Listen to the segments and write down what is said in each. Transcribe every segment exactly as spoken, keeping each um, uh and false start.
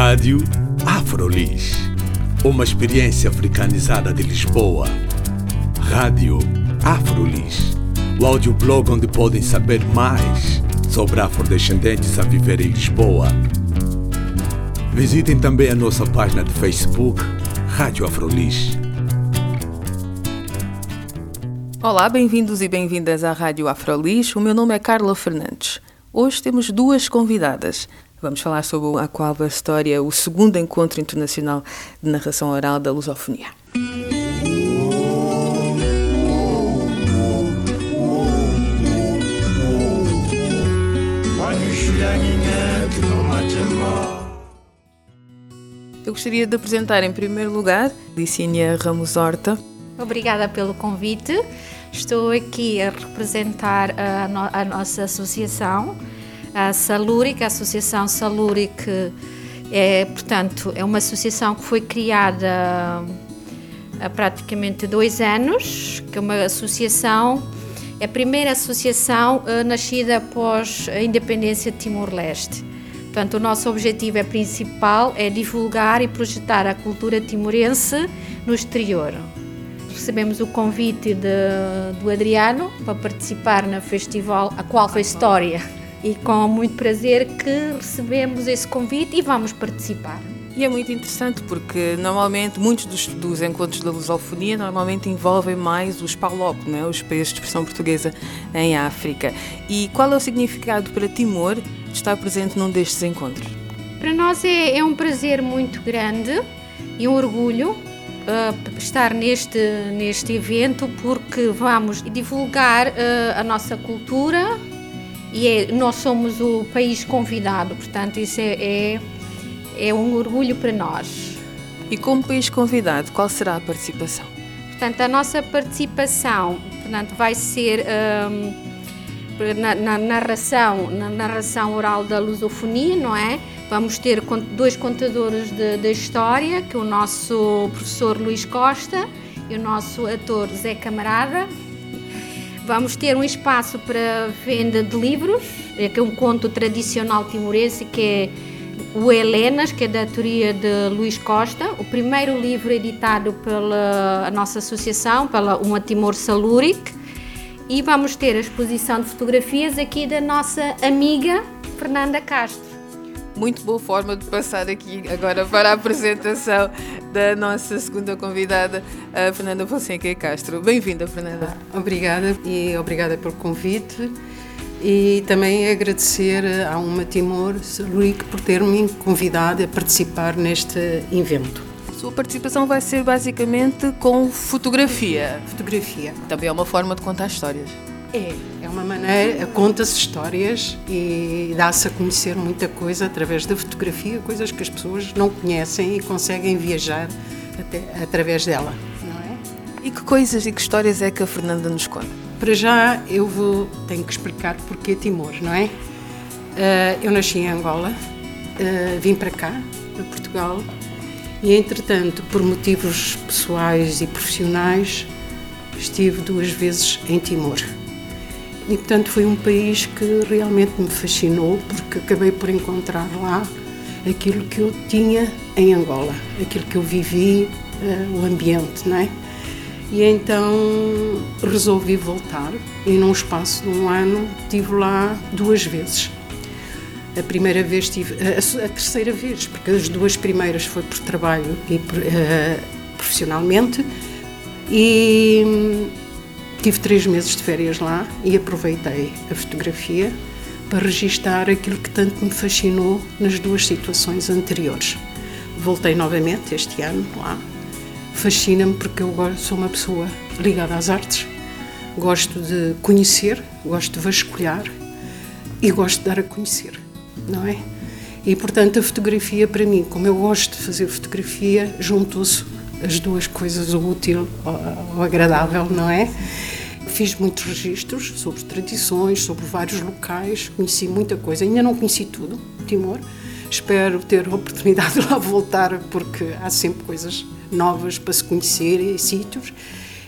Rádio Afrolis, uma experiência africanizada de Lisboa. Rádio Afrolis, o audioblog onde podem saber mais sobre afrodescendentes a viver em Lisboa. Visitem também a nossa página de Facebook, Rádio Afrolis. Olá, bem-vindos e bem-vindas à Rádio Afrolis. O meu nome é Carla Fernandes. Hoje temos duas convidadas. Vamos falar sobre a Aqualva História, o segundo encontro internacional de narração oral da lusofonia. Eu gostaria de apresentar em primeiro lugar Licínia Ramos Horta. Obrigada pelo convite. Estou aqui a representar a, no, a nossa associação, a Saluric, a Associação Saluric é, portanto, é uma associação que foi criada há praticamente dois anos, que é uma associação, é a primeira associação uh, nascida após a independência de Timor-Leste. Portanto, o nosso objetivo é principal é divulgar e projetar a cultura timorense no exterior. Recebemos o convite de, do Adriano para participar no festival Aqualva História. E com muito prazer que recebemos esse convite e vamos participar. E é muito interessante porque normalmente muitos dos, dos encontros da lusofonia normalmente envolvem mais os PALOP, não é? Os países de expressão portuguesa em África. E qual é o significado para Timor de estar presente num destes encontros? Para nós é, é um prazer muito grande e um orgulho uh, estar neste, neste evento porque vamos divulgar uh, a nossa cultura. E é, nós somos o país convidado, portanto, isso é, é, é um orgulho para nós. E como país convidado, qual será a participação? Portanto, a nossa participação portanto, vai ser um, na, na, narração, na narração oral da lusofonia, não é? Vamos ter dois contadores da história, que é o nosso professor Luís Costa e o nosso ator Zé Camarada. Vamos ter um espaço para venda de livros, que é um conto tradicional timorense, que é o Helenas, que é da autoria de Luís Costa, o primeiro livro editado pela a nossa associação, pela Uma Timor Saluric, e vamos ter a exposição de fotografias aqui da nossa amiga Fernanda Castro. Muito boa forma de passar aqui agora para a apresentação da nossa segunda convidada, a Fernanda Fonseca Castro. Bem-vinda, Fernanda. Obrigada e obrigada pelo convite e também agradecer à Uma Timor Saluric por ter-me convidado a participar neste evento. A sua participação vai ser basicamente com fotografia. Fotografia. Também é uma forma de contar histórias. É, é uma maneira, conta-se histórias e dá-se a conhecer muita coisa através da fotografia, coisas que as pessoas não conhecem e conseguem viajar até, através dela, não é? E que coisas e que histórias é que a Fernanda nos conta? Para já eu vou, tenho que explicar porque Timor, não é? Uh, eu nasci em Angola, uh, vim para cá, para Portugal, e entretanto, por motivos pessoais e profissionais, estive duas vezes em Timor. E, portanto, foi um país que realmente me fascinou, porque acabei por encontrar lá aquilo que eu tinha em Angola, aquilo que eu vivi, uh, o ambiente, não é? E então resolvi voltar e num espaço de um ano estive lá duas vezes. A primeira vez tive, a, a terceira vez, porque as duas primeiras foi por trabalho e por, uh, profissionalmente, e tive três meses de férias lá e aproveitei a fotografia para registar aquilo que tanto me fascinou nas duas situações anteriores. Voltei novamente este ano lá. Fascina-me porque eu sou uma pessoa ligada às artes, gosto de conhecer, gosto de vasculhar e gosto de dar a conhecer, não é? E, portanto, a fotografia para mim, como eu gosto de fazer fotografia, juntou-se as duas coisas, o útil ao agradável, não é? Fiz muitos registros sobre tradições, sobre vários locais, conheci muita coisa, ainda não conheci tudo, Timor. Espero ter a oportunidade de lá voltar, porque há sempre coisas novas para se conhecer e sítios.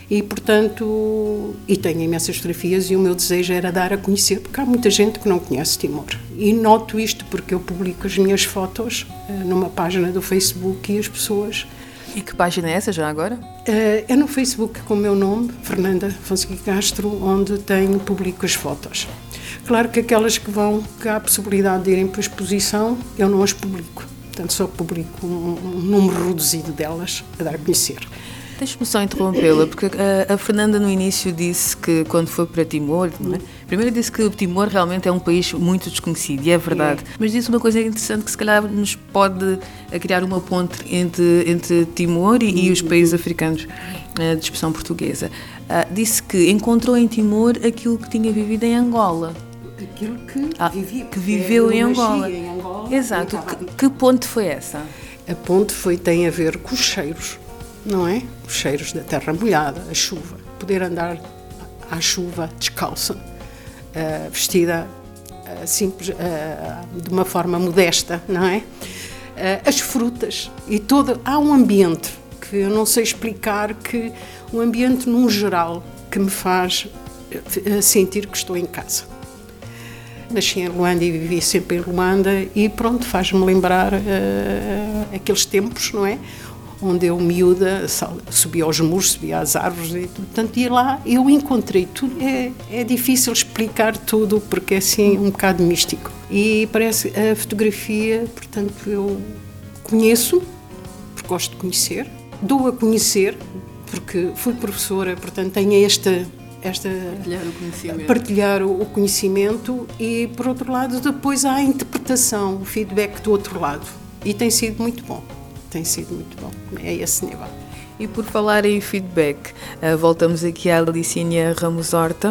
E, portanto, e tenho imensas fotografias e o meu desejo era dar a conhecer, porque há muita gente que não conhece Timor. E noto isto porque eu publico as minhas fotos numa página do Facebook e as pessoas... E que página é essa já agora? É no Facebook com o meu nome, Fernanda Fonseca Castro, onde tenho, publico as fotos. Claro que aquelas que vão, que há a possibilidade de irem para a exposição, eu não as publico. Portanto, só publico um, um número reduzido delas a dar a conhecer. Deixa-me só interrompê-la, porque a, a Fernanda no início disse que quando foi para Timor, não é? Primeiro disse que o Timor realmente é um país muito desconhecido, e é verdade, é. Mas disse uma coisa interessante que se calhar nos pode criar uma ponte entre, entre Timor e, e os países africanos de expressão portuguesa. Uh, disse que encontrou em Timor aquilo que tinha vivido em Angola. Aquilo que, ah, vivi, que viveu em Angola. em Angola. Exato. Que, que ponte foi essa? A ponte foi, tem a ver com os cheiros, não é? Os cheiros da terra molhada, a chuva. Poder andar à chuva descalça, uh, vestida uh, simples, uh, de uma forma modesta, não é? Uh, as frutas e todo... Há um ambiente que eu não sei explicar, que um ambiente num geral que me faz uh, sentir que estou em casa. Nasci em Luanda e vivi sempre em Luanda e pronto, faz-me lembrar uh, aqueles tempos, não é? Onde eu, miúda, subia aos muros, subia às árvores e tudo. Portanto, e lá eu encontrei tudo. É, é difícil explicar tudo porque é assim um bocado místico. E parece a fotografia, portanto, eu conheço, porque gosto de conhecer, dou a conhecer, porque fui professora, portanto, tenho esta... Esta, partilhar o conhecimento. Partilhar o, o conhecimento e, por outro lado, depois há a interpretação, o feedback do outro lado. E tem sido muito bom. Tem sido muito bom. É esse nível. E por falar em feedback, uh, voltamos aqui à Licínia Ramos Horta.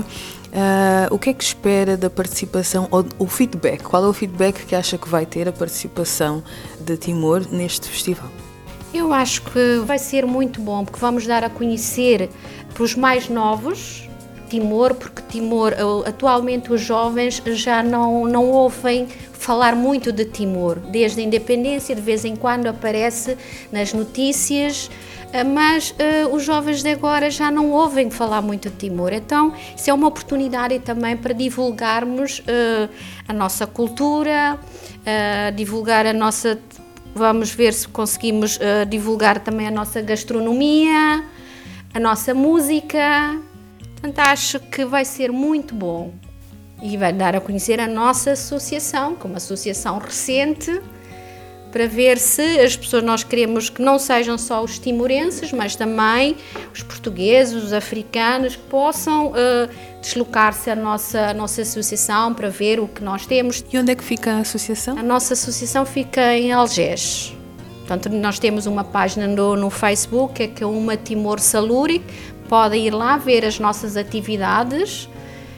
Uh, o que é que espera da participação, ou o feedback? Qual é o feedback que acha que vai ter a participação de Timor neste festival? Eu acho que vai ser muito bom, porque vamos dar a conhecer para os mais novos Timor, porque Timor, atualmente os jovens já não, não ouvem falar muito de Timor, desde a independência, de vez em quando aparece nas notícias, mas uh, os jovens de agora já não ouvem falar muito de Timor. Então, isso é uma oportunidade também para divulgarmos uh, a nossa cultura, uh, divulgar a nossa... Vamos ver se conseguimos uh, divulgar também a nossa gastronomia, a nossa música. Portanto, acho que vai ser muito bom e vai dar a conhecer a nossa associação, como associação recente, para ver se as pessoas, nós queremos que não sejam só os timorenses, mas também os portugueses, os africanos, que possam uh, deslocar-se à nossa, à nossa associação para ver o que nós temos. E onde é que fica a associação? A nossa associação fica em Algés. Portanto, nós temos uma página no, no Facebook, é que é uma Timor Salúric. Podem ir lá ver as nossas atividades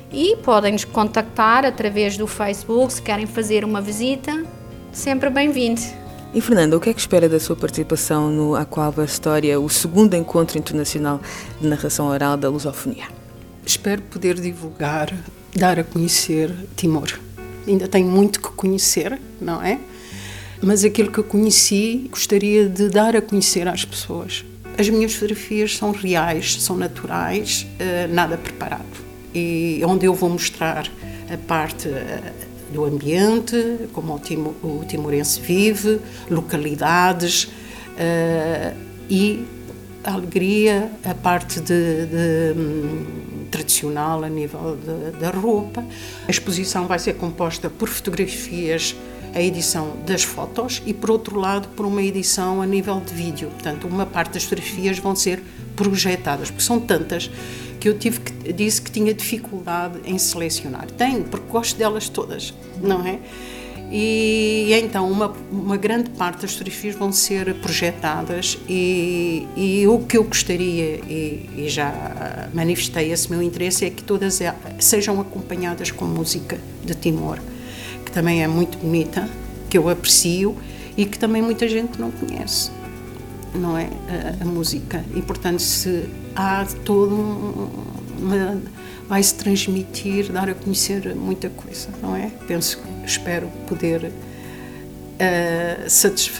e podem nos contactar através do Facebook, se querem fazer uma visita, sempre bem-vindo. E Fernanda, o que é que espera da sua participação no Aquaba História, o segundo encontro internacional de narração oral da lusofonia? Espero poder divulgar, dar a conhecer Timor. Ainda tenho muito que conhecer, não é? Mas aquilo que eu conheci, gostaria de dar a conhecer às pessoas. As minhas fotografias são reais, são naturais, nada preparado. E onde eu vou mostrar a parte do ambiente, como o, Timor, o timorense vive, localidades e a alegria, a parte de, de, um, tradicional a nível de, da roupa. A exposição vai ser composta por fotografias, a edição das fotos e, por outro lado, por uma edição a nível de vídeo. Portanto, uma parte das fotografias vão ser projetadas, porque são tantas que eu tive que, disse que tinha dificuldade em selecionar. Tenho, porque gosto delas todas, não é? E, e então, uma, uma grande parte das fotografias vão ser projetadas e, e o que eu gostaria, e, e já manifestei esse meu interesse, é que todas sejam acompanhadas com música de Timor, que também é muito bonita, que eu aprecio e que também muita gente não conhece, não é? A, a música. E, portanto, se há todo um, uma, vai-se transmitir, dar a conhecer muita coisa, não é? Penso, espero poder uh,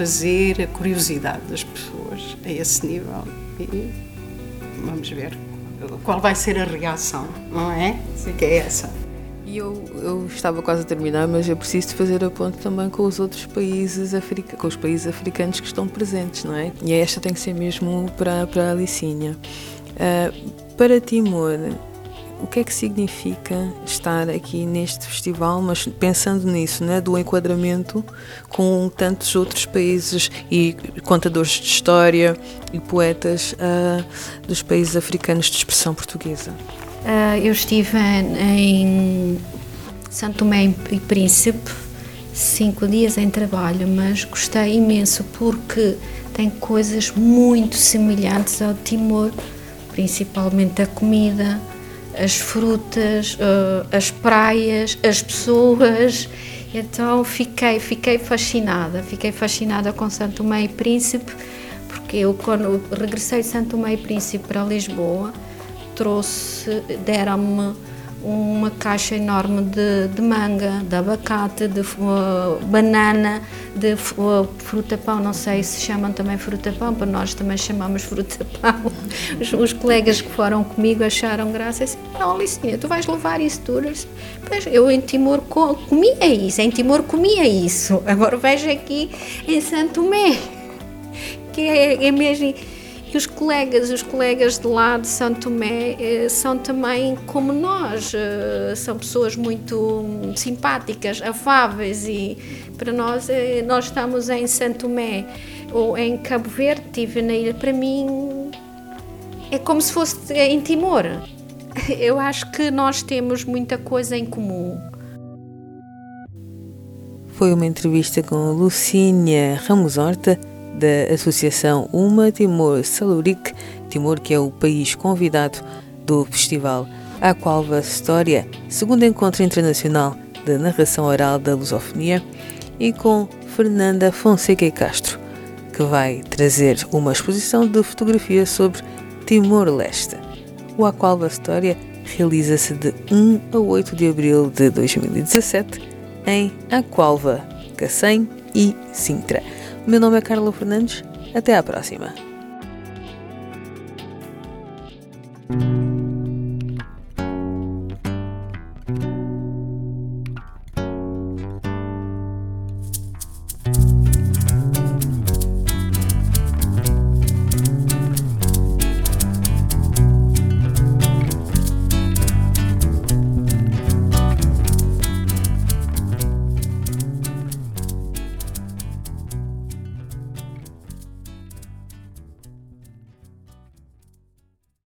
satisfazer a curiosidade das pessoas a esse nível e vamos ver qual vai ser a reação, não é? Que é essa. E eu, eu estava quase a terminar, mas eu preciso de fazer a ponte também com os outros países africanos, com os países africanos que estão presentes, não é? E esta tem que ser mesmo para, para a Licinha. Uh, para Timor, o que é que significa estar aqui neste festival, mas pensando nisso, né, do enquadramento com tantos outros países e contadores de história e poetas uh, dos países africanos de expressão portuguesa? Uh, eu estive em São Tomé e Príncipe, cinco dias em trabalho, mas gostei imenso porque tem coisas muito semelhantes ao Timor, principalmente a comida, as frutas, uh, as praias, as pessoas. Então fiquei, fiquei fascinada, fiquei fascinada com São Tomé e Príncipe, porque eu quando regressei de São Tomé e Príncipe para Lisboa, trouxe, deram-me uma caixa enorme de, de manga, de abacate, de uh, banana, de uh, fruta-pão, não sei se chamam também fruta-pão, para nós também chamamos fruta-pão. Os, os colegas que foram comigo acharam graça, assim, não, Licinha, tu vais levar isso tudo? Eu em Timor comia isso, em Timor comia isso, agora vejo aqui em São Tomé, que é, é mesmo... E os colegas, os colegas de lá de São Tomé eh, são também como nós, eh, são pessoas muito simpáticas, afáveis e para nós, eh, nós estamos em São Tomé ou em Cabo Verde, estive na ilha, para mim é como se fosse em Timor. Eu acho que nós temos muita coisa em comum. Foi uma entrevista com Lucínia Ramos Horta, da Associação Uma Timor Saluric, Timor que é o país convidado do festival Aqualva História, segundo encontro internacional de narração oral da lusofonia, e com Fernanda Fonseca e Castro, que vai trazer uma exposição de fotografia sobre Timor-Leste. O Aqualva História realiza-se de um a oito de abril de dois mil e dezassete em Aqualva, Cacém e Sintra. O meu nome é Carla Fernandes. Até à próxima.